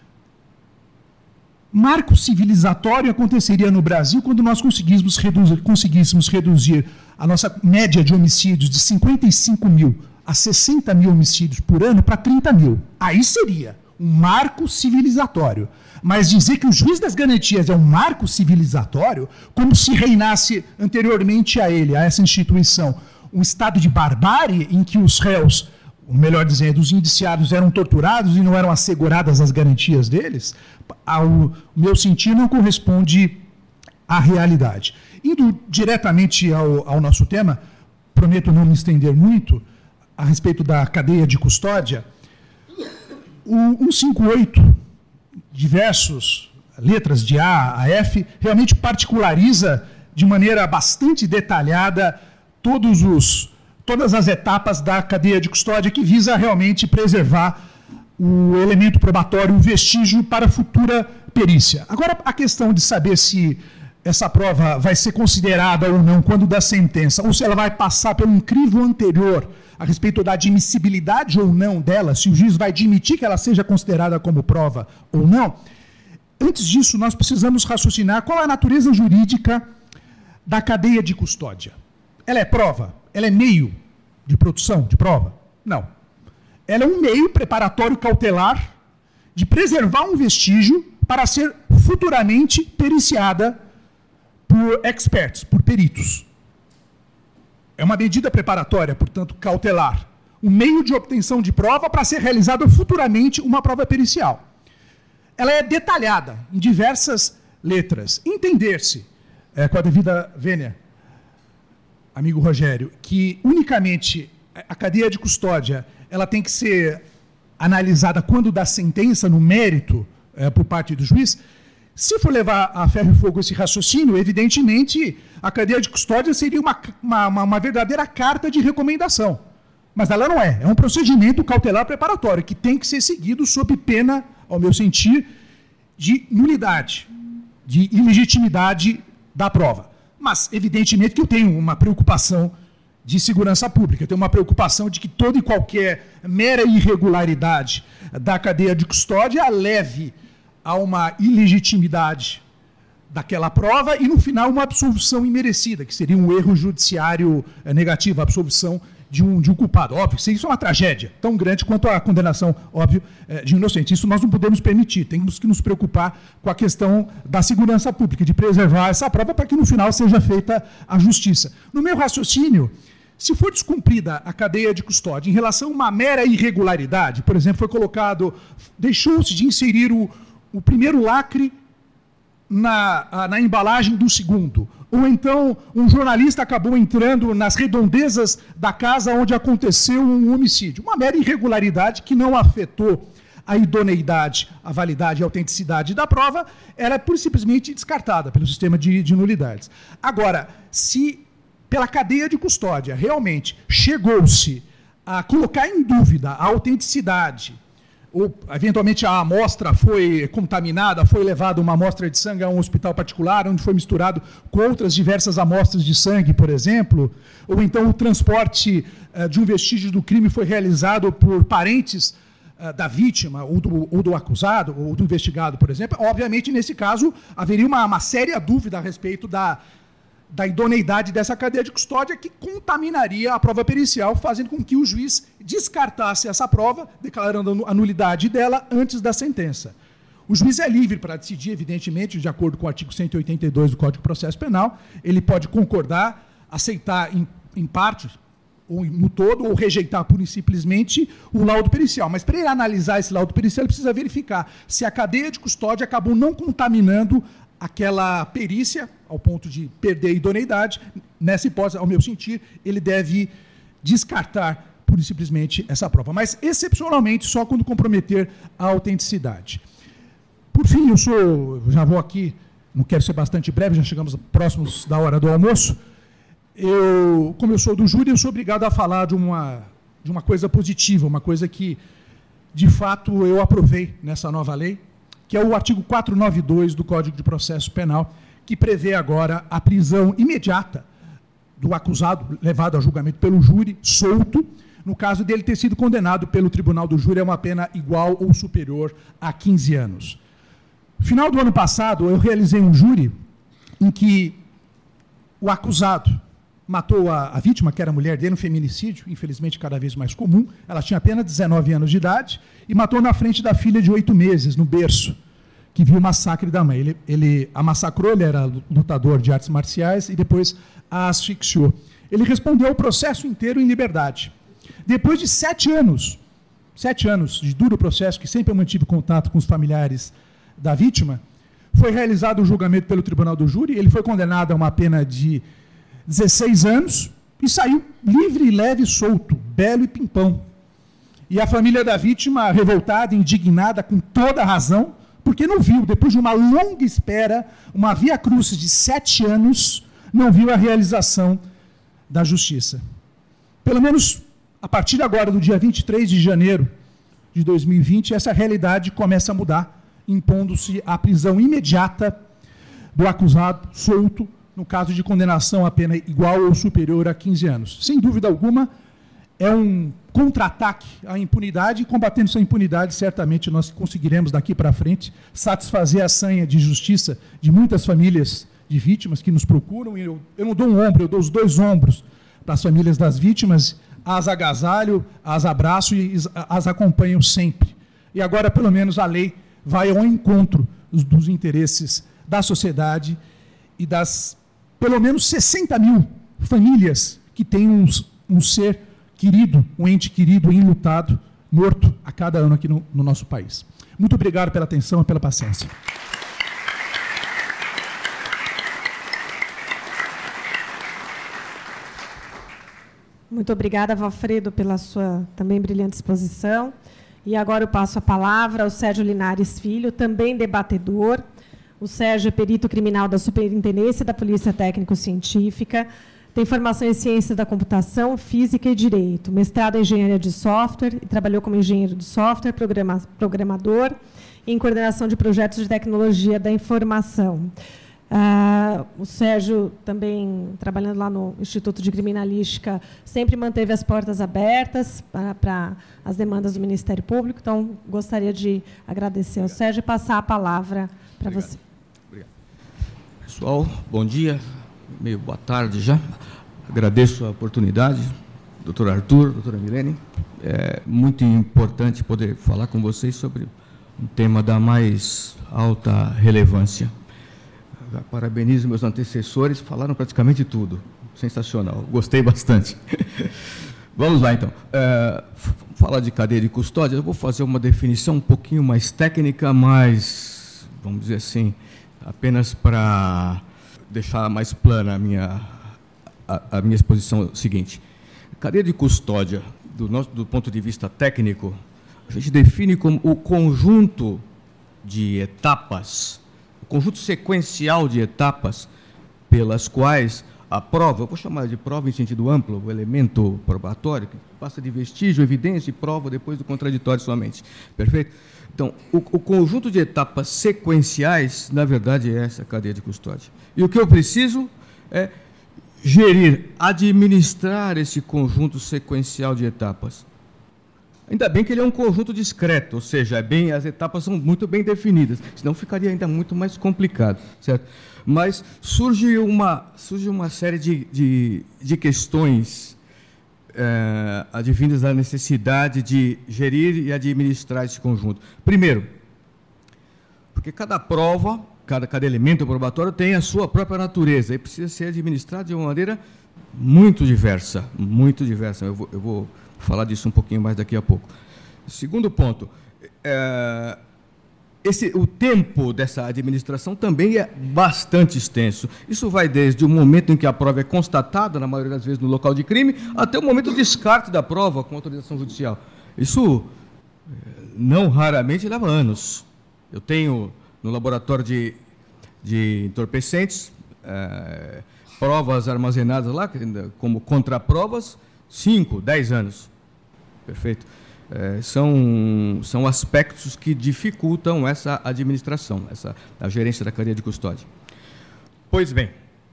Marco civilizatório aconteceria no Brasil quando nós conseguíssemos reduzir, conseguíssemos reduzir a nossa média de homicídios de cinquenta e cinco mil a sessenta mil homicídios por ano para trinta mil. Aí seria um marco civilizatório. Mas dizer que o juiz das garantias é um marco civilizatório, como se reinasse anteriormente a ele, a essa instituição, um estado de barbárie em que os réus, ou melhor dizendo, os indiciados eram torturados e não eram asseguradas as garantias deles, ao meu sentir não corresponde à realidade. Indo diretamente ao, ao nosso tema, prometo não me estender muito, a respeito da cadeia de custódia, o cento e cinquenta e oito, diversas letras de A a F, realmente particulariza de maneira bastante detalhada todos os, todas as etapas da cadeia de custódia, que visa realmente preservar o elemento probatório, o vestígio para a futura perícia. Agora, a questão de saber se essa prova vai ser considerada ou não quando da sentença, ou se ela vai passar pelo um crivo anterior a respeito da admissibilidade ou não dela, se o juiz vai admitir que ela seja considerada como prova ou não. Antes disso, nós precisamos raciocinar qual é a natureza jurídica da cadeia de custódia. Ela é prova? Ela é meio de produção de prova? Não. Ela é um meio preparatório cautelar de preservar um vestígio para ser futuramente periciada por experts, por peritos. É uma medida preparatória, portanto, cautelar. Um meio de obtenção de prova para ser realizada futuramente uma prova pericial. Ela é detalhada em diversas letras. Entender-se, é, com a devida vênia, amigo Rogério, que unicamente a cadeia de custódia ela tem que ser analisada quando da sentença, no mérito, é, por parte do juiz. Se for levar a ferro e fogo esse raciocínio, evidentemente, a cadeia de custódia seria uma, uma, uma verdadeira carta de recomendação. Mas ela não é. É um procedimento cautelar preparatório que tem que ser seguido sob pena, ao meu sentir, de nulidade, de ilegitimidade da prova. Mas, evidentemente, que eu tenho uma preocupação de segurança pública, eu tenho uma preocupação de que toda e qualquer mera irregularidade da cadeia de custódia leve a uma ilegitimidade daquela prova e, no final, uma absolvição imerecida, que seria um erro judiciário negativo, a absolvição de um, de um culpado. Óbvio, isso é uma tragédia tão grande quanto a condenação, óbvio, de inocente. Isso nós não podemos permitir. Temos que nos preocupar com a questão da segurança pública, de preservar essa prova para que, no final, seja feita a justiça. No meu raciocínio, se for descumprida a cadeia de custódia em relação a uma mera irregularidade, por exemplo, foi colocado, deixou-se de inserir o o primeiro lacre na, na embalagem do segundo. Ou então um jornalista acabou entrando nas redondezas da casa onde aconteceu um homicídio. Uma mera irregularidade que não afetou a idoneidade, a validade e a autenticidade da prova, ela é pura e simplesmente descartada pelo sistema de, de nulidades. Agora, se pela cadeia de custódia realmente chegou-se a colocar em dúvida a autenticidade, ou eventualmente a amostra foi contaminada, foi levada uma amostra de sangue a um hospital particular, onde foi misturado com outras diversas amostras de sangue, por exemplo, ou então o transporte uh, de um vestígio do crime foi realizado por parentes uh, da vítima, ou do, ou do acusado, ou do investigado, por exemplo, obviamente, nesse caso, haveria uma, uma séria dúvida a respeito da, da idoneidade dessa cadeia de custódia que contaminaria a prova pericial, fazendo com que o juiz descartasse essa prova, declarando a nulidade dela antes da sentença. O juiz é livre para decidir, evidentemente, de acordo com o artigo cento e oitenta e dois do Código de Processo Penal, ele pode concordar, aceitar em, em parte, ou no todo, ou rejeitar pura e simplesmente o laudo pericial. Mas para ele analisar esse laudo pericial, ele precisa verificar se a cadeia de custódia acabou não contaminando aquela perícia, ao ponto de perder a idoneidade. Nessa hipótese, ao meu sentir, ele deve descartar pura e simplesmente essa prova. Mas, excepcionalmente, só quando comprometer a autenticidade. Por fim, eu sou, já vou aqui, não quero ser bastante breve, já chegamos próximos da hora do almoço. Eu, como eu sou do júri, eu sou obrigado a falar de uma, de uma coisa positiva, uma coisa que, de fato, eu aprovei nessa nova lei, que é o artigo quatrocentos e noventa e dois do Código de Processo Penal, que prevê agora a prisão imediata do acusado, levado a julgamento pelo júri, solto, no caso dele ter sido condenado pelo tribunal do júri a uma pena igual ou superior a quinze anos. No final do ano passado, eu realizei um júri em que o acusado matou a, a vítima, que era a mulher dele, um feminicídio, infelizmente cada vez mais comum. Ela tinha apenas dezenove anos de idade e matou na frente da filha de oito meses, no berço, que viu o massacre da mãe. Ele, ele a massacrou, ele era lutador de artes marciais e depois a asfixiou. Ele respondeu o processo inteiro em liberdade. Depois de sete anos, sete anos de duro processo, que sempre eu mantive contato com os familiares da vítima, foi realizado o julgamento pelo tribunal do júri, ele foi condenado a uma pena de dezesseis anos e saiu livre, leve e solto, belo e pimpão. E a família da vítima, revoltada, indignada, com toda a razão, porque não viu, depois de uma longa espera, uma via crucis de sete anos, não viu a realização da justiça. Pelo menos a partir de agora, do dia vinte e três de janeiro de dois mil e vinte, essa realidade começa a mudar, impondo-se a prisão imediata do acusado solto, no caso de condenação a pena igual ou superior a quinze anos. Sem dúvida alguma, é um contra-ataque à impunidade, e combatendo essa impunidade, certamente nós conseguiremos, daqui para frente, satisfazer a sanha de justiça de muitas famílias de vítimas que nos procuram. E eu, eu não dou um ombro, eu dou os dois ombros para as famílias das vítimas, as agasalho, as abraço e as acompanho sempre. E agora, pelo menos, a lei vai ao encontro dos, dos interesses da sociedade e das, pelo menos, sessenta mil famílias que têm um, um ser querido, um ente querido, enlutado, morto a cada ano aqui no, no nosso país. Muito obrigado pela atenção e pela paciência. Muito obrigada, Valfredo, pela sua também brilhante exposição. E agora eu passo a palavra ao Sérgio Linares Filho, também debatedor. O Sérgio é perito criminal da Superintendência da Polícia Técnico-Científica, tem formação em Ciências da Computação, Física e Direito, mestrado em Engenharia de Software, e trabalhou como engenheiro de software, programa, programador, em coordenação de projetos de tecnologia da informação. Ah, o Sérgio, também trabalhando lá no Instituto de Criminalística, sempre manteve as portas abertas para, para as demandas do Ministério Público. Então, gostaria de agradecer ao Sérgio e passar a palavra para você. Obrigado. Pessoal, bom dia, meio boa tarde já. Agradeço a oportunidade, doutor Arthur, doutora Milene. É muito importante poder falar com vocês sobre um tema da mais alta relevância. Parabenizo meus antecessores, falaram praticamente tudo. Sensacional, gostei bastante. Vamos lá, então. É, falar de cadeia de custódia, eu vou fazer uma definição um pouquinho mais técnica, mas, vamos dizer assim, apenas para deixar mais plana a minha, a, a minha exposição, é o seguinte. Cadeia de custódia, do, nosso, do ponto de vista técnico, a gente define como o conjunto de etapas, o conjunto sequencial de etapas pelas quais a prova, eu vou chamar de prova em sentido amplo, o elemento probatório, que passa de vestígio, evidência e prova depois do contraditório somente. Perfeito? Então, o, o conjunto de etapas sequenciais, na verdade, é essa cadeia de custódia. E o que eu preciso é gerir, administrar esse conjunto sequencial de etapas. Ainda bem que ele é um conjunto discreto, ou seja, é bem, as etapas são muito bem definidas, senão ficaria ainda muito mais complicado, certo? Mas surge uma, surge uma série de, de, de questões é, advindas da necessidade de gerir e administrar esse conjunto. Primeiro, porque cada prova, cada, cada elemento probatório tem a sua própria natureza e precisa ser administrado de uma maneira muito diversa, muito diversa. Eu vou, eu vou falar disso um pouquinho mais daqui a pouco. Segundo ponto, é, esse, o tempo dessa administração também é bastante extenso. Isso vai desde o momento em que a prova é constatada, na maioria das vezes no local de crime, até o momento do descarte da prova com autorização judicial. Isso não raramente leva anos. Eu tenho no laboratório de, de entorpecentes é, provas armazenadas lá, como contraprovas, cinco, dez anos. Perfeito? É, são, são aspectos que dificultam essa administração, essa, a gerência da cadeia de custódia. Pois bem,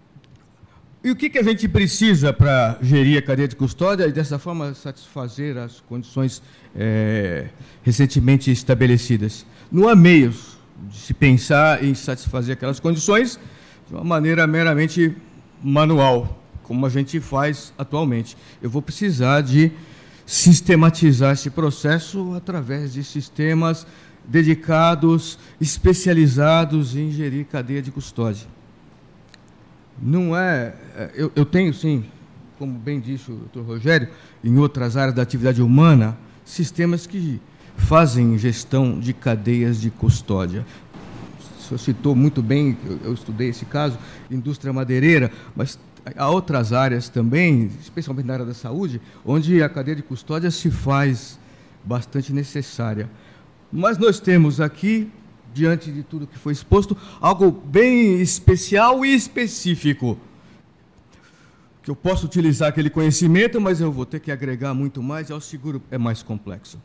e o que, que a gente precisa para gerir a cadeia de custódia e, dessa forma, satisfazer as condições é, recentemente estabelecidas? Não há meios de se pensar em satisfazer aquelas condições de uma maneira meramente manual, como a gente faz atualmente. Eu vou precisar de sistematizar esse processo através de sistemas dedicados, especializados em gerir cadeia de custódia. Não é... Eu, eu tenho, sim, como bem disse o doutor Rogério, em outras áreas da atividade humana, sistemas que fazem gestão de cadeias de custódia. O senhor citou muito bem, eu, eu estudei esse caso, indústria madeireira, mas há outras áreas também, especialmente na área da saúde, onde a cadeia de custódia se faz bastante necessária. Mas nós temos aqui, diante de tudo que foi exposto, algo bem especial e específico, que eu posso utilizar aquele conhecimento, mas eu vou ter que agregar muito mais, e ao seguro é mais complexo.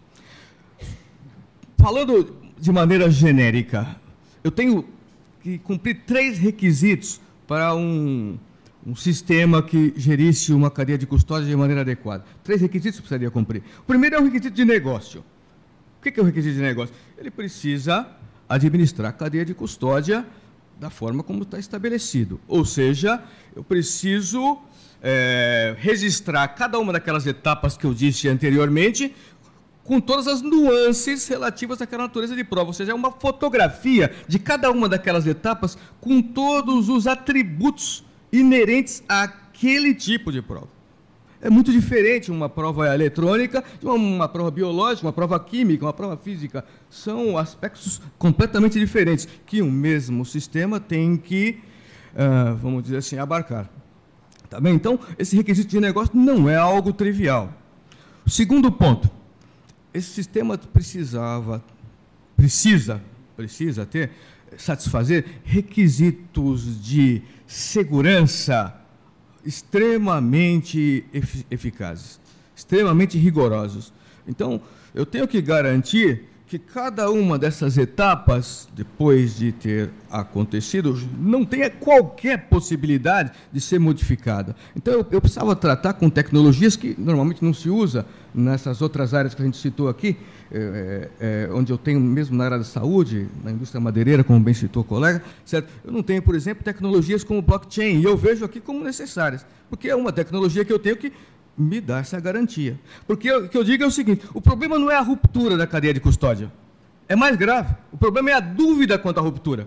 Falando de maneira genérica, eu tenho que cumprir três requisitos para um... um sistema que gerisse uma cadeia de custódia de maneira adequada. Três requisitos que precisaria cumprir. O primeiro é o requisito de negócio. O que é o requisito de negócio? Ele precisa administrar a cadeia de custódia da forma como está estabelecido. Ou seja, eu preciso é, registrar cada uma daquelas etapas que eu disse anteriormente, com todas as nuances relativas àquela natureza de prova. Ou seja, é uma fotografia de cada uma daquelas etapas com todos os atributos inerentes àquele tipo de prova. É muito diferente uma prova eletrônica de uma, uma prova biológica, uma prova química, uma prova física. São aspectos completamente diferentes que um mesmo sistema tem que, uh, vamos dizer assim, abarcar. Tá bem? Então, esse requisito de negócio não é algo trivial. Segundo ponto, esse sistema precisava, precisa, precisa ter, satisfazer requisitos de segurança extremamente efic- eficazes, extremamente rigorosos. Então, eu tenho que garantir que cada uma dessas etapas, depois de ter acontecido, não tenha qualquer possibilidade de ser modificada. Então, eu, eu precisava tratar com tecnologias que normalmente não se usa nessas outras áreas que a gente citou aqui, é, é, onde eu tenho mesmo na área da saúde, na indústria madeireira, como bem citou o colega, certo? Eu não tenho, por exemplo, tecnologias como blockchain, e eu vejo aqui como necessárias, porque é uma tecnologia que eu tenho que me dá essa garantia. Porque o que eu digo é o seguinte, o problema não é a ruptura da cadeia de custódia, é mais grave, o problema é a dúvida quanto à ruptura.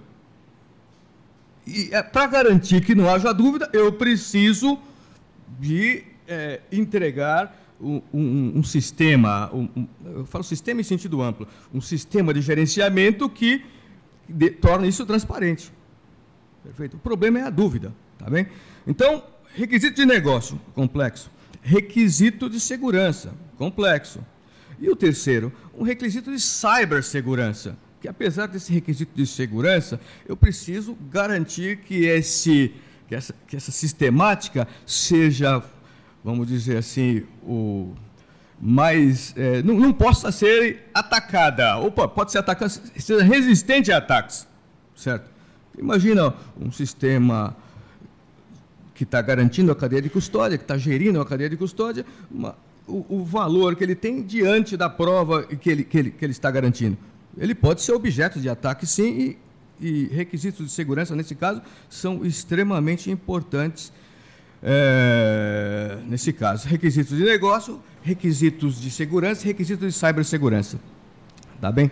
E é, para garantir que não haja dúvida, eu preciso de é, entregar um, um, um sistema, um, um, eu falo sistema em sentido amplo, um sistema de gerenciamento que de, torna isso transparente. Perfeito? O problema é a dúvida, tá bem? Então, requisito de negócio, complexo. Requisito de segurança, complexo. E o terceiro, um requisito de cibersegurança, que apesar desse requisito de segurança, eu preciso garantir que, esse, que, essa, que essa sistemática seja, vamos dizer assim, o mais, é, não, não possa ser atacada. Opa, pode ser atacada, seja resistente a ataques, certo? Imagina um sistema que está garantindo a cadeia de custódia, que está gerindo a cadeia de custódia, uma, o, o valor que ele tem diante da prova que ele, que ele, que ele está garantindo. Ele pode ser objeto de ataque, sim, e, e requisitos de segurança, nesse caso, são extremamente importantes, é, nesse caso. Requisitos de negócio, requisitos de segurança e requisitos de cibersegurança. Tá bem?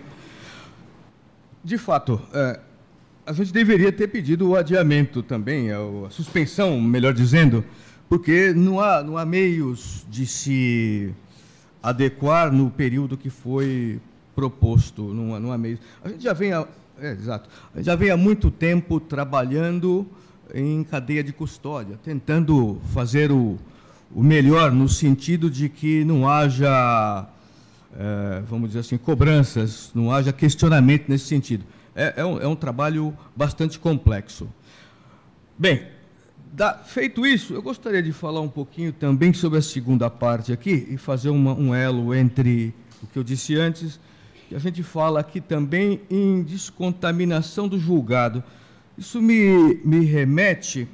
De fato, é, a gente deveria ter pedido o adiamento também, a suspensão, melhor dizendo, porque não há, não há meios de se adequar no período que foi proposto, não há, não há meios. A gente já vem, há, é, exato, a gente já vem há muito tempo trabalhando em cadeia de custódia, tentando fazer o, o melhor no sentido de que não haja, é, vamos dizer assim, cobranças, não haja questionamento nesse sentido. É, é, um, é um trabalho bastante complexo. Bem, da, feito isso, eu gostaria de falar um pouquinho também sobre a segunda parte aqui e fazer uma, um elo entre o que eu disse antes, que a gente fala aqui também em descontaminação do julgado. Isso me, me remete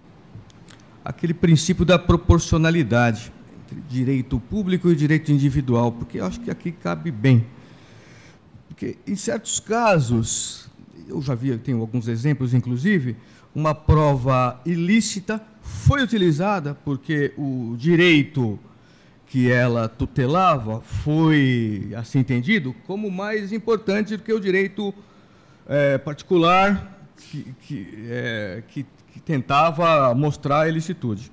àquele princípio da proporcionalidade entre direito público e direito individual, porque eu acho que aqui cabe bem. Porque, em certos casos, eu já vi, tenho alguns exemplos, inclusive, uma prova ilícita foi utilizada porque o direito que ela tutelava foi, assim entendido, como mais importante do que o direito é, particular que, que, é, que, que tentava mostrar a ilicitude.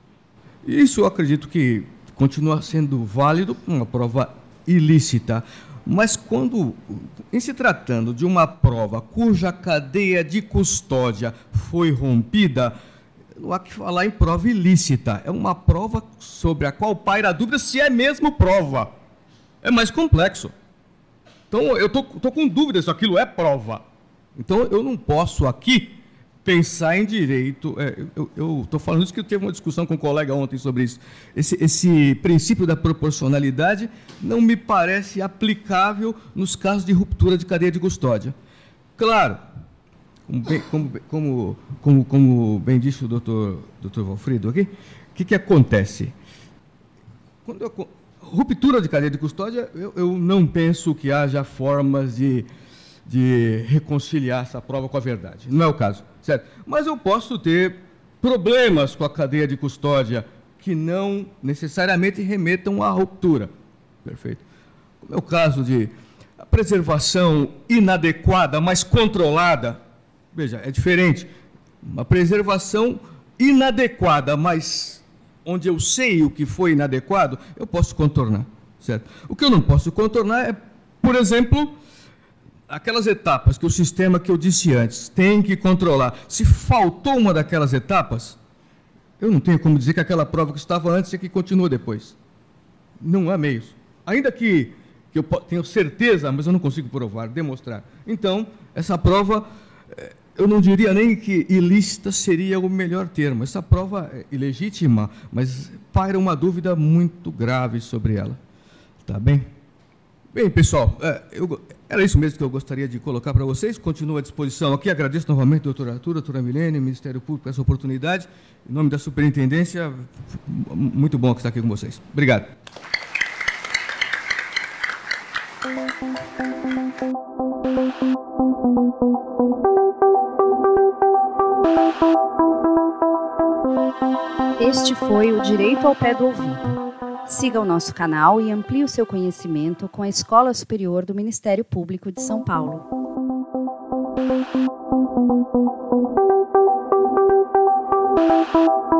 Isso eu acredito que continua sendo válido, uma prova ilícita. Mas quando, em se tratando de uma prova cuja cadeia de custódia foi rompida, não há que falar em prova ilícita. É uma prova sobre a qual paira a dúvida se é mesmo prova. É mais complexo. Então, eu estou com dúvida se aquilo é prova. Então, eu não posso aqui pensar em direito. É, eu estou falando isso porque eu tive uma discussão com um colega ontem sobre isso. Esse, esse princípio da proporcionalidade não me parece aplicável nos casos de ruptura de cadeia de custódia. Claro, como bem, como, como, como, como bem disse o doutor, doutor Valfrido aqui, o que, que acontece? Quando eu, ruptura de cadeia de custódia, eu, eu não penso que haja formas de, de reconciliar essa prova com a verdade. Não é o caso. Certo? Mas eu posso ter problemas com a cadeia de custódia que não necessariamente remetam à ruptura. Perfeito. Como é o caso de a preservação inadequada, mas controlada. Veja, é diferente. Uma preservação inadequada, mas onde eu sei o que foi inadequado, eu posso contornar. Certo? O que eu não posso contornar é, por exemplo, aquelas etapas que o sistema que eu disse antes tem que controlar. Se faltou uma daquelas etapas, eu não tenho como dizer que aquela prova que estava antes é que continua depois. Não há meios. Ainda que, que eu tenho certeza, mas eu não consigo provar, demonstrar. Então, essa prova, eu não diria nem que ilícita seria o melhor termo. Essa prova é ilegítima, mas paira uma dúvida muito grave sobre ela. Tá bem? Bem, pessoal, eu, era isso mesmo que eu gostaria de colocar para vocês. Continuo à disposição aqui. Agradeço novamente, doutor Arthur, doutora Milene, Ministério Público, por essa oportunidade. Em nome da Superintendência, muito bom estar aqui com vocês. Obrigado. Este foi o Direito ao Pé do Ouvido. Siga o nosso canal e amplie o seu conhecimento com a Escola Superior do Ministério Público de São Paulo. Música